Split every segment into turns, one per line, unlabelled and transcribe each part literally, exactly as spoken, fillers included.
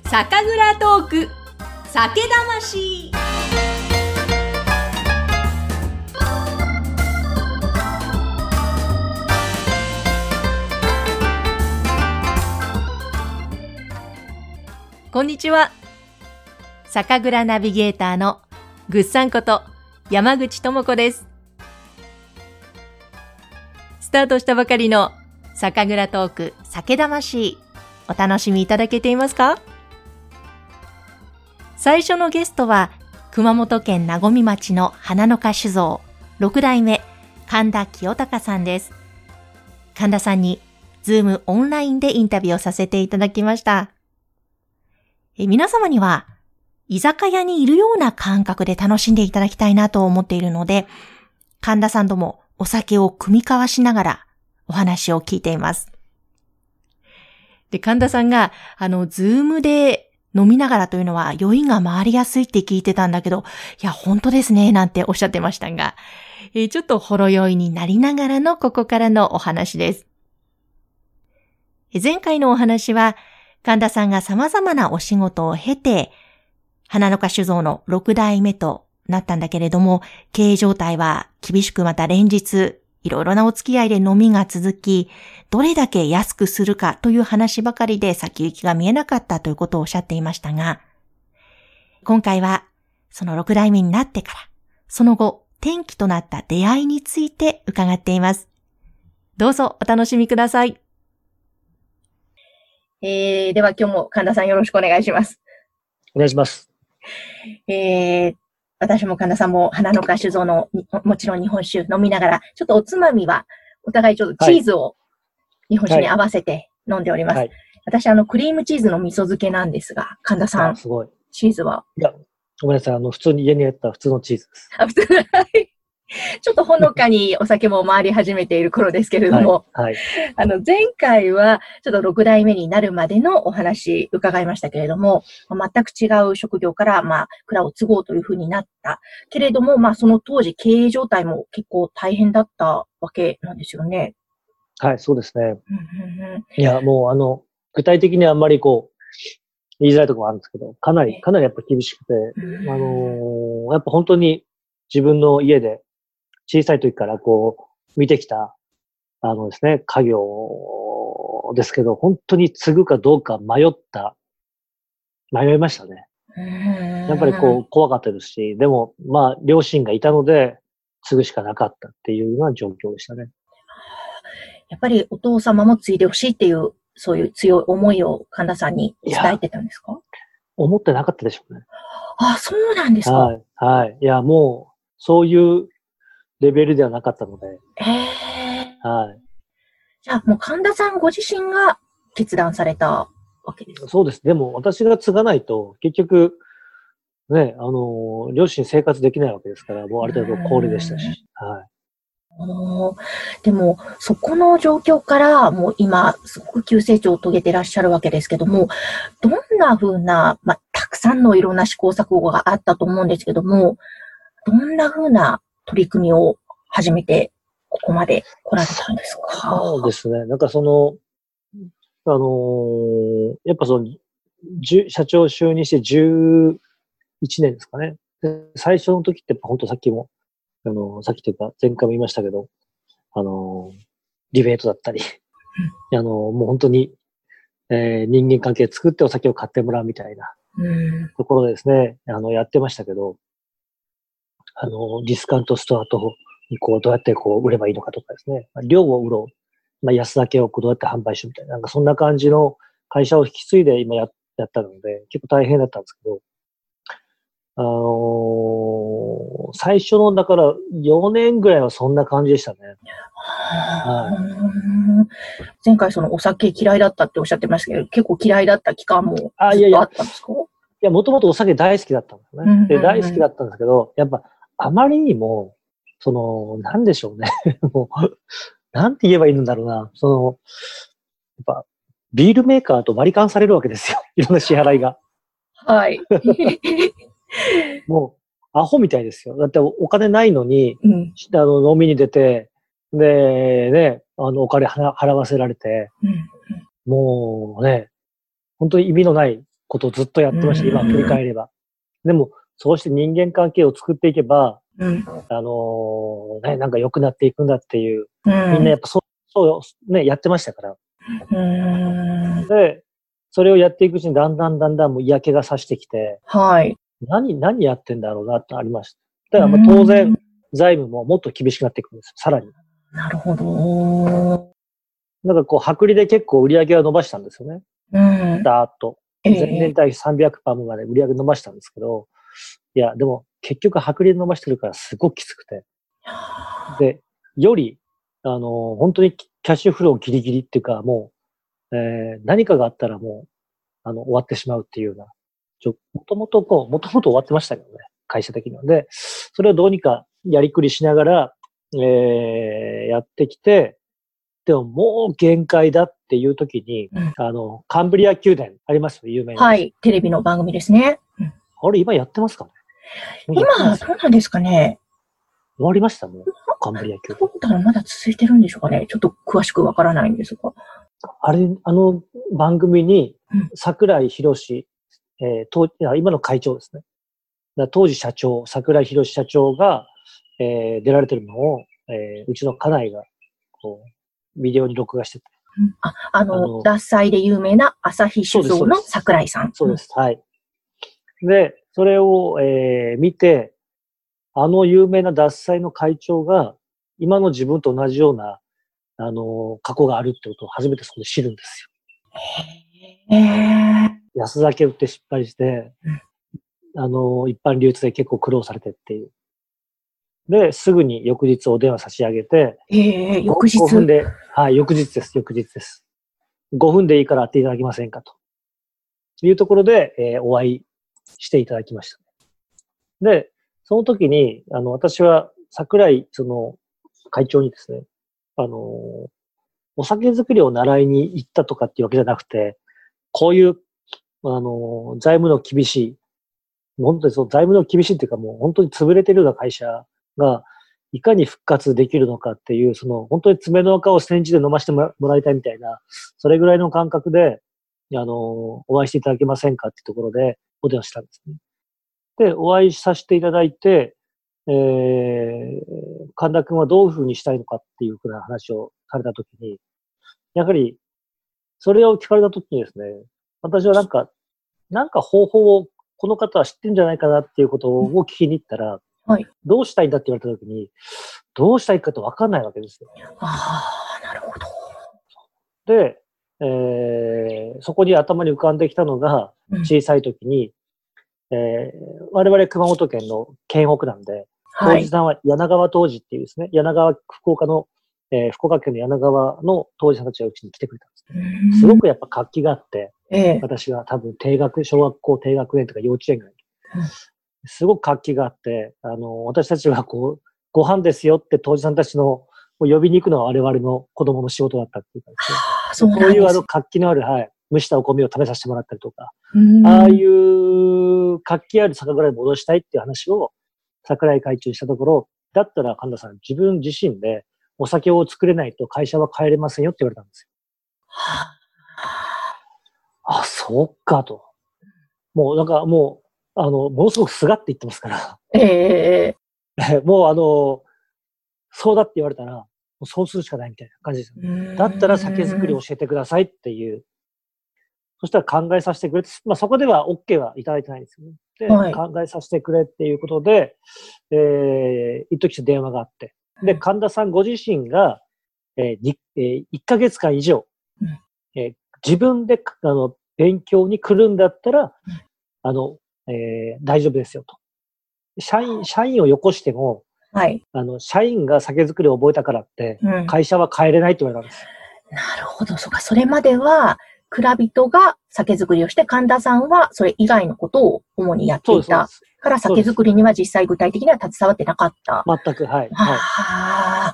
酒蔵トーク酒魂。こんにちは。酒蔵ナビゲーターのぐっさんこと山口智子です。スタートしたばかりの酒蔵トーク酒魂、お楽しみいただけていますか？最初のゲストは熊本県和水町の花の花酒造ろく代目神田清隆さんです。神田さんにズームオンラインでインタビューをさせていただきました。え皆様には居酒屋にいるような感覚で楽しんでいただきたいなと思っているので、神田さんともお酒を酌み交わしながらお話を聞いています。で、神田さんがあのズームで飲みながらというのは酔いが回りやすいって聞いてたんだけど、いや本当ですねなんておっしゃってましたが、えー、ちょっとほろ酔いになりながらのここからのお話です。前回のお話は神田さんが様々なお仕事を経て花の花酒造のろく代目となったんだけれども、経営状態は厳しく、また連日いろいろなお付き合いで飲みが続き、どれだけ安くするかという話ばかりで先行きが見えなかったということをおっしゃっていましたが、今回はそのろく代目になってから、その後転機となった出会いについて伺っています。どうぞお楽しみください。えー、では今日も神田さんよろしくお願いします。
お願いします。
えー、私も神田さんも花の花酒造のもちろん日本酒飲みながら、ちょっとおつまみはお互いちょっとチーズを日本酒に合わせて飲んでおります。はいはい、私あのクリームチーズの味噌漬けなんですが、神田さん、
すごい
チーズは？
いや、ごめんなさい、あの普通に家にあった普通のチーズです。
あ、普通ちょっとほのかにお酒も回り始めている頃ですけれども、はいはい、あの前回はちょっとろく代目になるまでのお話伺いましたけれども、全く違う職業からまあ蔵を継ごうというふうになったけれども、まあその当時経営状態も結構大変だったわけなんですよね。
はい、そうですね。いや、もうあの具体的にあんまりこう言いづらいところもあるんですけど、かなりかなりやっぱ厳しくて、あのー、やっぱ本当に自分の家で小さい時からこう見てきた、あのですね、家業ですけど、本当に継ぐかどうか迷った、迷いましたね。やっぱりこう怖かったですし、でもまあ両親がいたので継ぐしかなかったっていうような状況でしたね。
やっぱりお父様も継いでほしいっていう、そういう強い思いを神田さんに伝えてたんですか？
思ってなかったでしょうね。
あ、そうなんですか。
はい。はい。いや、もうそういうレベルではなかったので。
へー。
はい。じ
ゃあもう神田さんご自身が決断されたわけですか？
そうです。でも私が継がないと結局ね、あの両親生活できないわけですから、もうある程度高齢でしたし。はい。
おでもそこの状況からもう今すごく急成長を遂げていらっしゃるわけですけども、どんな風な、まあ、たくさんのいろんな試行錯誤があったと思うんですけども、どんな風な取り組みを始めて、ここまで来られたんですか？
そうですね。なんかその、あのー、やっぱその、社長就任してじゅういちねんですかね。で最初の時って本当さっきも、あのー、さっきというか前回も言いましたけど、あのー、ディベートだったり、うん、あのー、もう本当に、えー、人間関係作ってお酒を買ってもらうみたいなところでですね、うん、あの、やってましたけど、あの、ディスカウントストアと、こう、どうやってこう、売ればいいのかとかですね。まあ、量を売ろう。まあ、安酒をどうやって販売しようみたいな、なんかそんな感じの会社を引き継いで今や、やったので、結構大変だったんですけど、あのー、最初の、だからよねんぐらいはそんな感じでしたね。
はい、前回そのお酒嫌いだったっておっしゃってましたけど、結構嫌いだった期間もずっとあったんですか？
いや、もともとお酒大好きだったんですよね。うんうんうん、で、大好きだったんですけど、やっぱ、あまりにも、その、なんでしょうね。もう、なんて言えばいいんだろうな。その、やっぱ、ビールメーカーと割り勘されるわけですよ。いろんな支払いが。
はい。
もう、アホみたいですよ。だってお金ないのに、うん、あの飲みに出て、で、ね、あの、お金払わせられて、うんうん、もうね、本当に意味のないことをずっとやってました、今振り返れば。でも、そうして人間関係を作っていけば、うん、あのー、ね、なんか良くなっていくんだっていう、うん、みんなやっぱそう、そうね、やってましたから。うん、で、それをやっていくうちにだんだんだんだんもう嫌気がさしてきて、はい。何、何やってんだろうなってありました。だからまあ当然、財務ももっと厳しくなっていくんですよ、さらに。なるほど。なんかこう、薄利で結構売り上げを伸ばしたんですよね。うん。だーっと。前年対比 さんびゃくパーセント まで売り上げ伸ばしたんですけど、いや、でも結局薄利で伸ばしてるからすごくきつくて。で、より、あの、本当にキャッシュフローギリギリっていうか、もう、えー、何かがあったらもう、あの、終わってしまうっていうような。ちょ、もともとこう、もともと終わってましたけどね。会社的には。で、それをどうにかやりくりしながら、えー、やってきて、でももう限界だっていう時に、うん、あの、カンブリア宮殿ありますよ、有名な。はい、テレビの番組ですね。うん、あれ、今やってますかね？今、どうなんですかね？終わりましたもう、カンブリア宮殿。だからまだ続いてるんでしょうかね？ちょっと詳しくわからないんですが。あれ、あの番組に、桜井博士、うん、えー、当今の会長ですね。当時社長、桜井博士社長が、えー、出られてるのを、えー、うちの家内が、こう、ビデオに録画してて。あ、あの、あの獺祭で有名な朝日酒造の桜井さん。そうです。はい。で、それを、えー、見て、あの有名な獺祭の会長が、今の自分と同じような、あの、過去があるってことを初めてそこで知るんですよ。へー。安酒売って失敗して、うん、あの、一般流通で結構苦労されてっていう。で、すぐに翌日お電話差し上げて、えー、翌日 ご, ごふんで、はい、翌日です、翌日です。ごふんでいいから会っていただけませんかと。いうところで、えー、お会いしていただきました。で、その時に、あの、私は桜井、その、会長にですね、あの、お酒作りを習いに行ったとかっていうわけじゃなくて、こういう、あの、財務の厳しい、本当にそう、財務の厳しいっていうかもう本当に潰れてるような会社が、いかに復活できるのかっていう、その、本当に爪の赤を煎じで飲ませてもらいたいみたいな、それぐらいの感覚で、あの、お会いしていただけませんかっていうところで、お電話したんですね。で、お会いさせていただいて、えー、神田くんはどういうふうにしたいのかっていうふうな話をされたときに、やはり、それを聞かれたときにですね、私はなんか、なんか方法をこの方は知ってるんじゃないかなっていうことを聞きに行ったら、はい、どうしたいんだって言われたときに、どうしたいかと分かんないわけですよ。ああ、なるほど。で、えー、そこに頭に浮かんできたのが、小さい時に、うん、えー、我々熊本県の県北なんで、当時さんは柳川当時っていうですね、柳川、福岡の、えー、福岡県の柳川の当時さんたちがうちに来てくれたんです。すごくやっぱ活気があって、ええ、私は多分低学、小学校低学園とか幼稚園ぐらい、うん、すごく活気があって、あの、私たちはこう、ご飯ですよって当時さんたちの呼びに行くのは我々の子供の仕事だったっていうかですね。そうそういうあの活気のある、はい、蒸したお米を食べさせてもらったりとか、ああいう活気ある酒蔵に戻したいっていう話を桜井会長にしたところ、だったら神田さん自分自身でお酒を作れないと会社は帰れませんよって言われたんですよ。はあ、あ、そっかと。もうなんかもう、あの、ものすごくすがって言ってますから。ええもうあの、そうだって言われたら、もうそうするしかないみたいな感じですよね。だったら酒造りを教えてくださいっていう。そしたら考えさせてくれて、まあそこでは OK はいただいてないんですよね。で、はい、考えさせてくれっていうことで、えー、一時電話があって。で、神田さんご自身が、えーえー、いっかげつかん以上、うんえー、自分であの勉強に来るんだったら、うん、あの、えー、大丈夫ですよと。社員、社員をよこしても、はい。あの、社員が酒造りを覚えたからって、うん、会社は変えれないって言われたんです。なるほど。そうか。それまでは、蔵人が酒造りをして、神田さんはそれ以外のことを主にやっていた。から酒造りには実際具体的には携わってなかった。全く、はい。はい。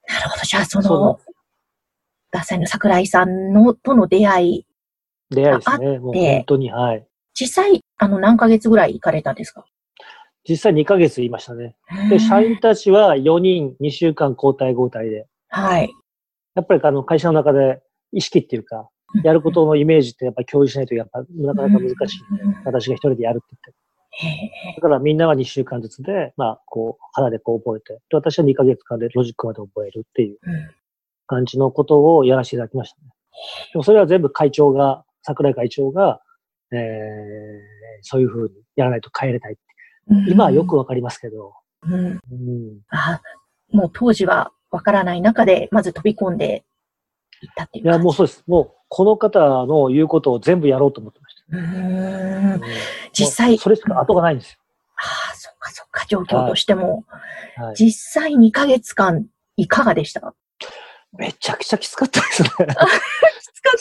なるほど。じゃあ、その、獺祭の桜井さんのとの出会いがあって。出会いですね。もう本当に、はい。実際、あの、何ヶ月ぐらい行かれたんですか？実際にかげつ言いましたね。で、社員たちはよにんにしゅうかん交代交代で。はい。やっぱりあの会社の中で意識っていうか、 やることのイメージってやっぱり共有しないとやっぱなかなか難しいんで、私が一人でやるって言って。だからみんなはにしゅうかんずつで、まあ、こう、肌でこう覚えて、で私はにかげつかんでロジックまで覚えるっていう感じのことをやらせていただきましたね。でもそれは全部会長が、桜井会長が、えー、そういうふうにやらないと帰れないって。今はよくわかりますけど。
うんうん、あ、もう当時はわからない中で、まず飛び込んでいったっていう。いや、
もうそうです。もう、この方の言うことを全部やろうと思ってました。
うーん、実際。
それしか後がないんですよ。
ああ、そっかそっか、状況としても。
はいはい、
実際にかげつかん、いかがでしたか？
めちゃくちゃきつかったですね。きつか
った。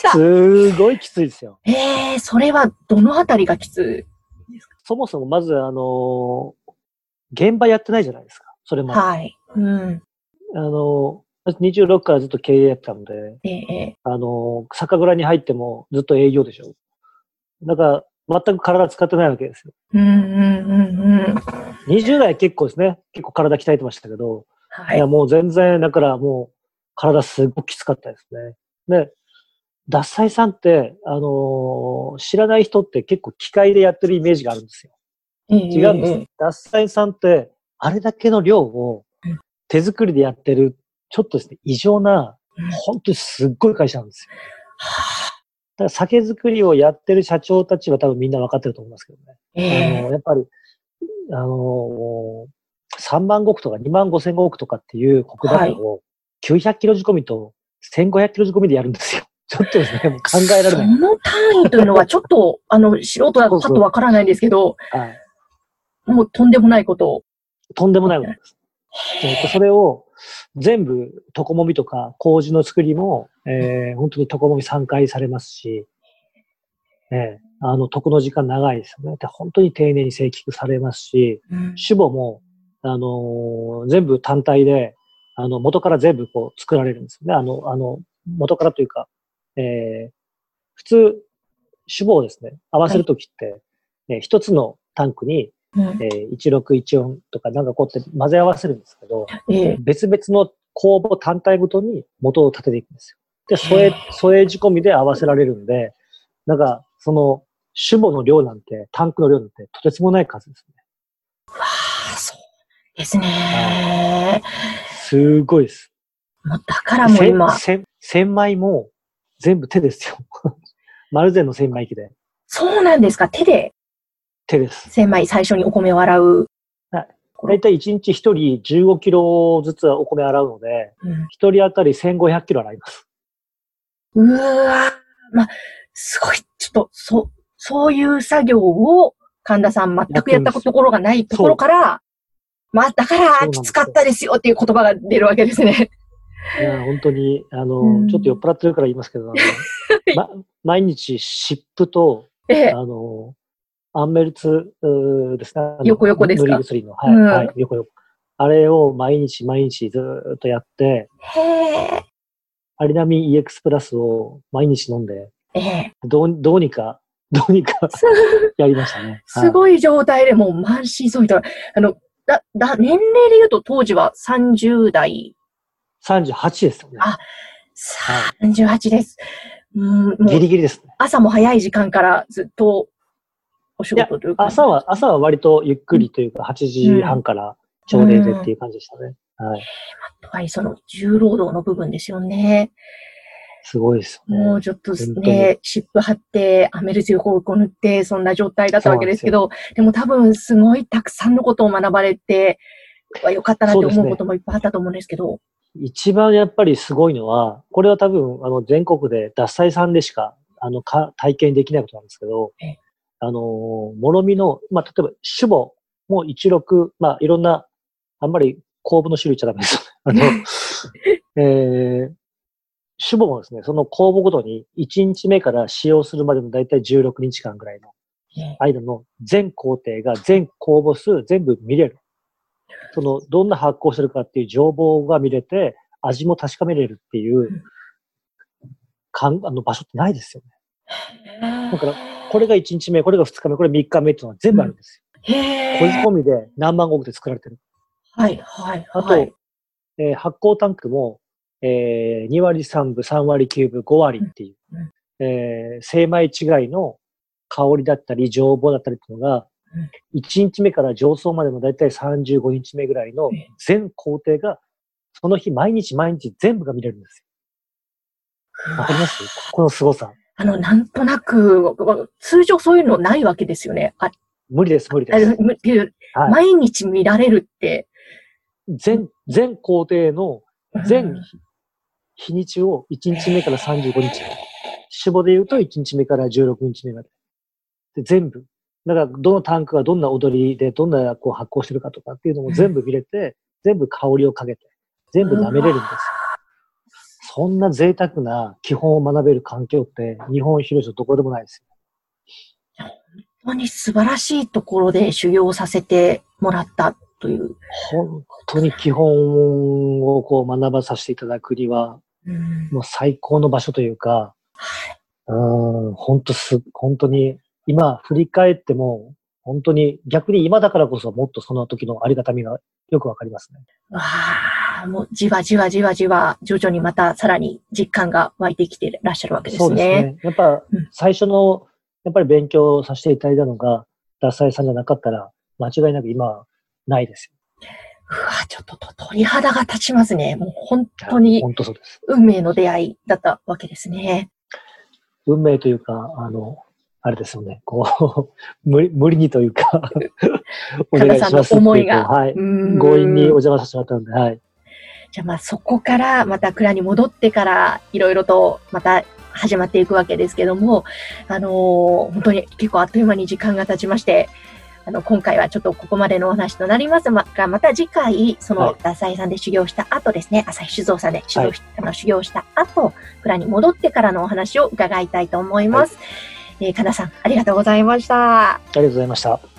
すごいきついですよ。
ええー、それはどのあたりがきついですか？
そもそもまず、あのー、現場やってないじゃないですか。それまで。
はい。うん。
あのー、にじゅうろくからずっと経営やってたので、
ええー、
あのー、酒蔵に入ってもずっと営業でしょ。だから、全く体使ってないわけですよ。
うんうんうんうん。
にじゅう代結構ですね。結構体鍛えてましたけど、はい、いやもう全然、だからもう体すごくきつかったですね。で、獺祭さんって、あのー、知らない人って結構機械でやってるイメージがあるんですよ。違うんです。獺祭さんって、あれだけの量を手作りでやってる、ちょっとですね、異常な、本当にすっごい会社なんですよ。だから酒造りをやってる社長たちは多分みんな分かってると思いますけどね。えー、あの、やっぱり、あのー、さんまんごくとかにまんごせんごくとかっていう国道をきゅうひゃくキロ仕込みとせんごひゃくキロ仕込みでやるんですよ。ちょっとですね、もう考えられない。
その単位というのはちょっと、あの、素人はパッとわからないんですけど、はい、もうとんでもないことを。
とんでもないことです。えー、それを全部、床もみとか麹の作りも、えー、本当に床もみさんかいされますし、えー、あの、床の時間長いですよね。で、本当に丁寧に整菊されますし、うん、酒母も、あのー、全部単体で、あの、元から全部こう作られるんですよね。あの、あの、元からというか、えー、普通、酒母をですね、合わせるときって、はい、えー、一つのタンクに、うん、えー、いちろくいちよんとかなんかこうって混ぜ合わせるんですけど、えー、別々の酵母単体ごとに元を立てていくんですよ。で、添え、添え仕込みで合わせられるんで、なんか、その、酒母の量なんて、タンクの量なんて、とてつもない数ですね。
わあ、そうですね。
すごいです。
もうだからもう今。
千、千枚も全部手ですよ。丸善の千枚機で。
そうなんですか、手で。
手です。
千枚、最初にお米を洗う。
はい。だいたいいちにちひとりじゅうごキロずつお米洗うので、ひとり当たりせんごひゃくキロ洗います。
うわぁ、まあ、すごい、ちょっと、そ、そういう作業を神田さん全くやったところがないところから、まあ、だからきつかったですよっていう言葉が出るわけですね。
いや、本当に、あの、うん、ちょっと酔っ払ってるから言いますけど、あのま、毎日湿布と、ええ、あの、アンメルツですね。
横横ですか？
塗り薬の。はい、うん、はい、横横。あれを毎日毎日ずっとやって、
へー。
アリナミン イーエックス プラスを毎日飲んで、
ええ、
どう、どうにか、どうにかやりましたね。
すごい状態でもう満身創痍と、あの、だ、だ、年齢で言うと当時はさんじゅう代。
さんじゅうはちですよね。
あ、さんじゅうはちです。
うん、もうギリギリですね。
朝も早い時間からずっとお仕事というか。
朝は、朝は割とゆっくりというか、はちじはんから朝礼でっていう感じでしたね。うん、はい。
とはい、その重労働の部分ですよね。
すごいですよね。
もうちょっとね、湿布貼って、アメルチルコークを塗って、そんな状態だったわけですけど、で, でも多分すごいたくさんのことを学ばれて、よかったなって思うこともいっぱいあったと思うんですけど。
一番やっぱりすごいのは、これは多分、あの、全国で獺祭さんでしか、あの、か、体験できないことなんですけど、あの、もろみの、まあ、例えば、酒母もいちろく、まあ、いろんな、あんまり酵母の種類言っちゃダメですよね。あの、えー、酒母もですね、その酵母ごとにいちにちめから使用するまでのだいたいじゅうろくにちかんぐらいの間の全工程が全酵母数全部見れる。その、どんな発酵してるかっていう情報が見れて、味も確かめれるっていう、かん、あの場所ってないですよね。だから、これがいちにちめ、これがふつかめ、これみっかめっていうのは全部あるんですよ。小仕込みで何万石で作られてる。
はい、はい、
あと、えー、発酵タンクも、えー、にわりさんぶ、さんわりきゅうぶ、ごわりっていう。 えー、精米違いの香りだったり、情報だったりっていうのが、いちにちめから上層までのだいたいさんじゅうごにちめぐらいの全工程が、その日毎日毎日全部が見れるんですよ。わかります？この凄さ。
あの、なんとなく、通常そういうのないわけですよね。あ、
無理です、無理です。
はい、毎日見られるって。
全、全工程の全日にちをいちにちめからさんじゅうごにち。主母で言うといちにちめからじゅうろくにちめまで。で、全部。だから、どのタンクがどんな踊りで、どんなこう発酵してるかとかっていうのも全部見れて、うん、全部香りをかけて、全部舐めれるんです。そんな贅沢な基本を学べる環境って、日本広いどこでもないです
よ。本当に素晴らしいところで修行させてもらったという。
本当に基本をこう学ばさせていただくには、うん、もう最高の場所というか、うん、本当す、本当に、今振り返っても、本当に逆に今だからこそもっとその時のありがたみがよくわかりますね。
わあ、もうじわじわじわじわ、徐々にまたさらに実感が湧いてきてらっしゃるわけですね。
そうですね。やっぱ最初の、やっぱり勉強させていただいたのが、ダサイさんじゃなかったら、間違いなく今はないですよ。
うわ、ちょっと鳥肌が立ちますね。もう本当に、
本当そうです。
運命の出会いだったわけですね。
運命というか、あの、あれですよね。こう、無理、無理にというか、お願いしますっていう。
思いが。
はい。強引にお邪魔させてもらったので、はい。
じゃあまあそこからまた蔵に戻ってからいろいろとまた始まっていくわけですけども、あのー、本当に結構あっという間に時間が経ちまして、あの、今回はちょっとここまでのお話となりますが、また次回、その、ダサイさんで修行した後ですね、朝日酒造さんで修行し、はい、あの修行した後、蔵に戻ってからのお話を伺いたいと思います。はい、えー、かなさん、ありがとうございました。
ありがとうございました。